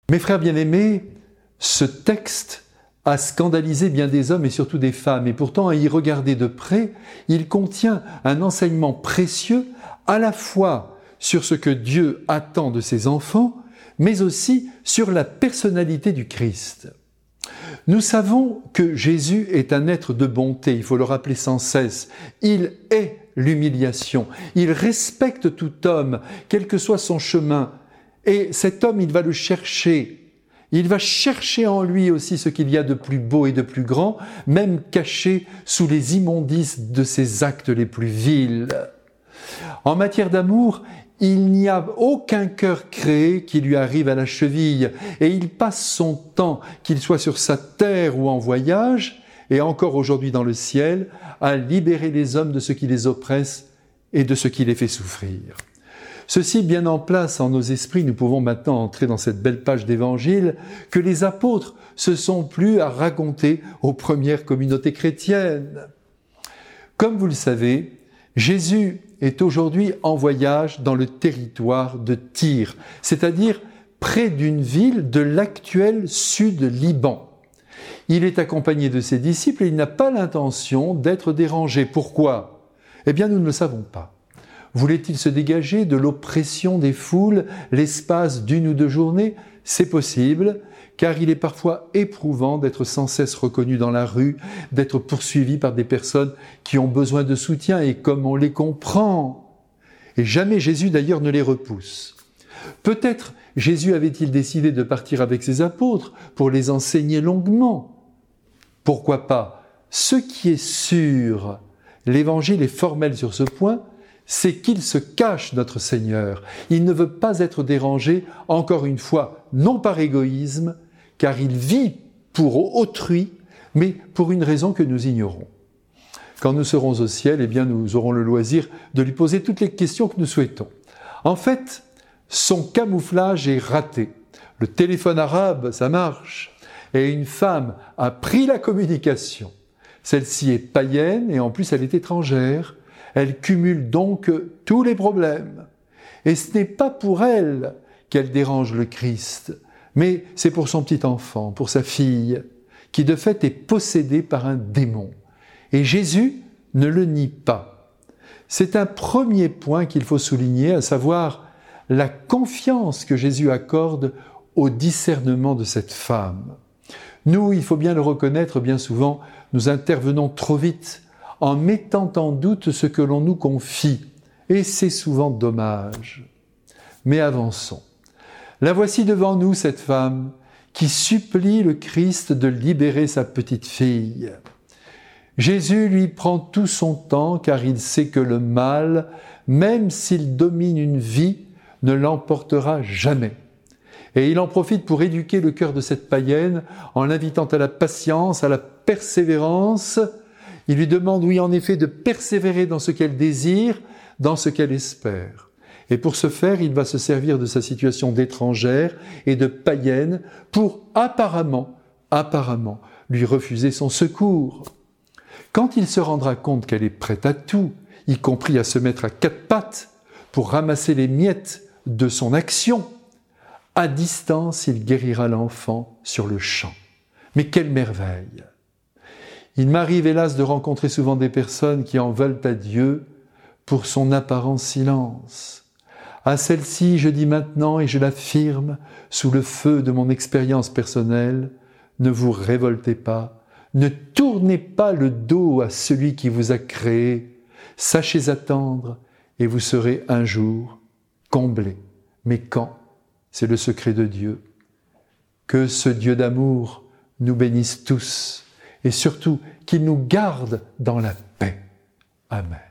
Mes frères bien-aimés, ce texte a scandalisé bien des hommes et surtout des femmes. Et pourtant, à y regarder de près, il contient un enseignement précieux à la fois sur ce que Dieu attend de ses enfants, mais aussi sur la personnalité du Christ. Nous savons que Jésus est un être de bonté, il faut le rappeler sans cesse. Il est l'humiliation, il respecte tout homme, quel que soit son chemin. Et cet homme, il va le chercher. Il va chercher en lui aussi ce qu'il y a de plus beau et de plus grand, même caché sous les immondices de ses actes les plus vils. En matière d'amour, il n'y a aucun cœur créé qui lui arrive à la cheville, et il passe son temps, qu'il soit sur sa terre ou en voyage, et encore aujourd'hui dans le ciel, à libérer les hommes de ce qui les oppresse et de ce qui les fait souffrir. Ceci bien en place en nos esprits, nous pouvons maintenant entrer dans cette belle page d'évangile que les apôtres se sont plu à raconter aux premières communautés chrétiennes. Comme vous le savez, Jésus est aujourd'hui en voyage dans le territoire de Tyr, c'est-à-dire près d'une ville de l'actuel Sud-Liban. Il est accompagné de ses disciples et il n'a pas l'intention d'être dérangé. Pourquoi ? Eh bien, nous ne le savons pas. Voulait-il se dégager de l'oppression des foules l'espace d'une ou deux journées ? C'est possible, car il est parfois éprouvant d'être sans cesse reconnu dans la rue, d'être poursuivi par des personnes qui ont besoin de soutien, et comme on les comprend. Et jamais Jésus d'ailleurs ne les repousse. Peut-être Jésus avait-il décidé de partir avec ses apôtres pour les enseigner longuement. Pourquoi pas ? Ce qui est sûr, l'Évangile est formel sur ce point, c'est qu'il se cache, notre Seigneur. Il ne veut pas être dérangé, encore une fois, non par égoïsme, car il vit pour autrui, mais pour une raison que nous ignorons. Quand nous serons au ciel, eh bien, nous aurons le loisir de lui poser toutes les questions que nous souhaitons. En fait, son camouflage est raté. Le téléphone arabe, ça marche. Et une femme a pris la communication. Celle-ci est païenne et en plus elle est étrangère. Elle cumule donc tous les problèmes. Et ce n'est pas pour elle qu'elle dérange le Christ, mais c'est pour son petit enfant, pour sa fille, qui de fait est possédée par un démon. Et Jésus ne le nie pas. C'est un premier point qu'il faut souligner, à savoir la confiance que Jésus accorde au discernement de cette femme. Nous, il faut bien le reconnaître, bien souvent, nous intervenons trop vite, en mettant en doute ce que l'on nous confie. Et c'est souvent dommage. Mais avançons. La voici devant nous, cette femme, qui supplie le Christ de libérer sa petite fille. Jésus lui prend tout son temps, car il sait que le mal, même s'il domine une vie, ne l'emportera jamais. Et il en profite pour éduquer le cœur de cette païenne, en l'invitant à la patience, à la persévérance. Il lui demande, oui, en effet, de persévérer dans ce qu'elle désire, dans ce qu'elle espère. Et pour ce faire, il va se servir de sa situation d'étrangère et de païenne pour apparemment, lui refuser son secours. Quand il se rendra compte qu'elle est prête à tout, y compris à se mettre à quatre pattes pour ramasser les miettes de son action, à distance, il guérira l'enfant sur le champ. Mais quelle merveille! Il m'arrive hélas de rencontrer souvent des personnes qui en veulent à Dieu pour son apparent silence. À celle-ci, je dis maintenant et je l'affirme sous le feu de mon expérience personnelle, ne vous révoltez pas, ne tournez pas le dos à celui qui vous a créé, sachez attendre et vous serez un jour comblés. Mais quand ? C'est le secret de Dieu. Que ce Dieu d'amour nous bénisse tous et surtout qu'il nous garde dans la paix. Amen.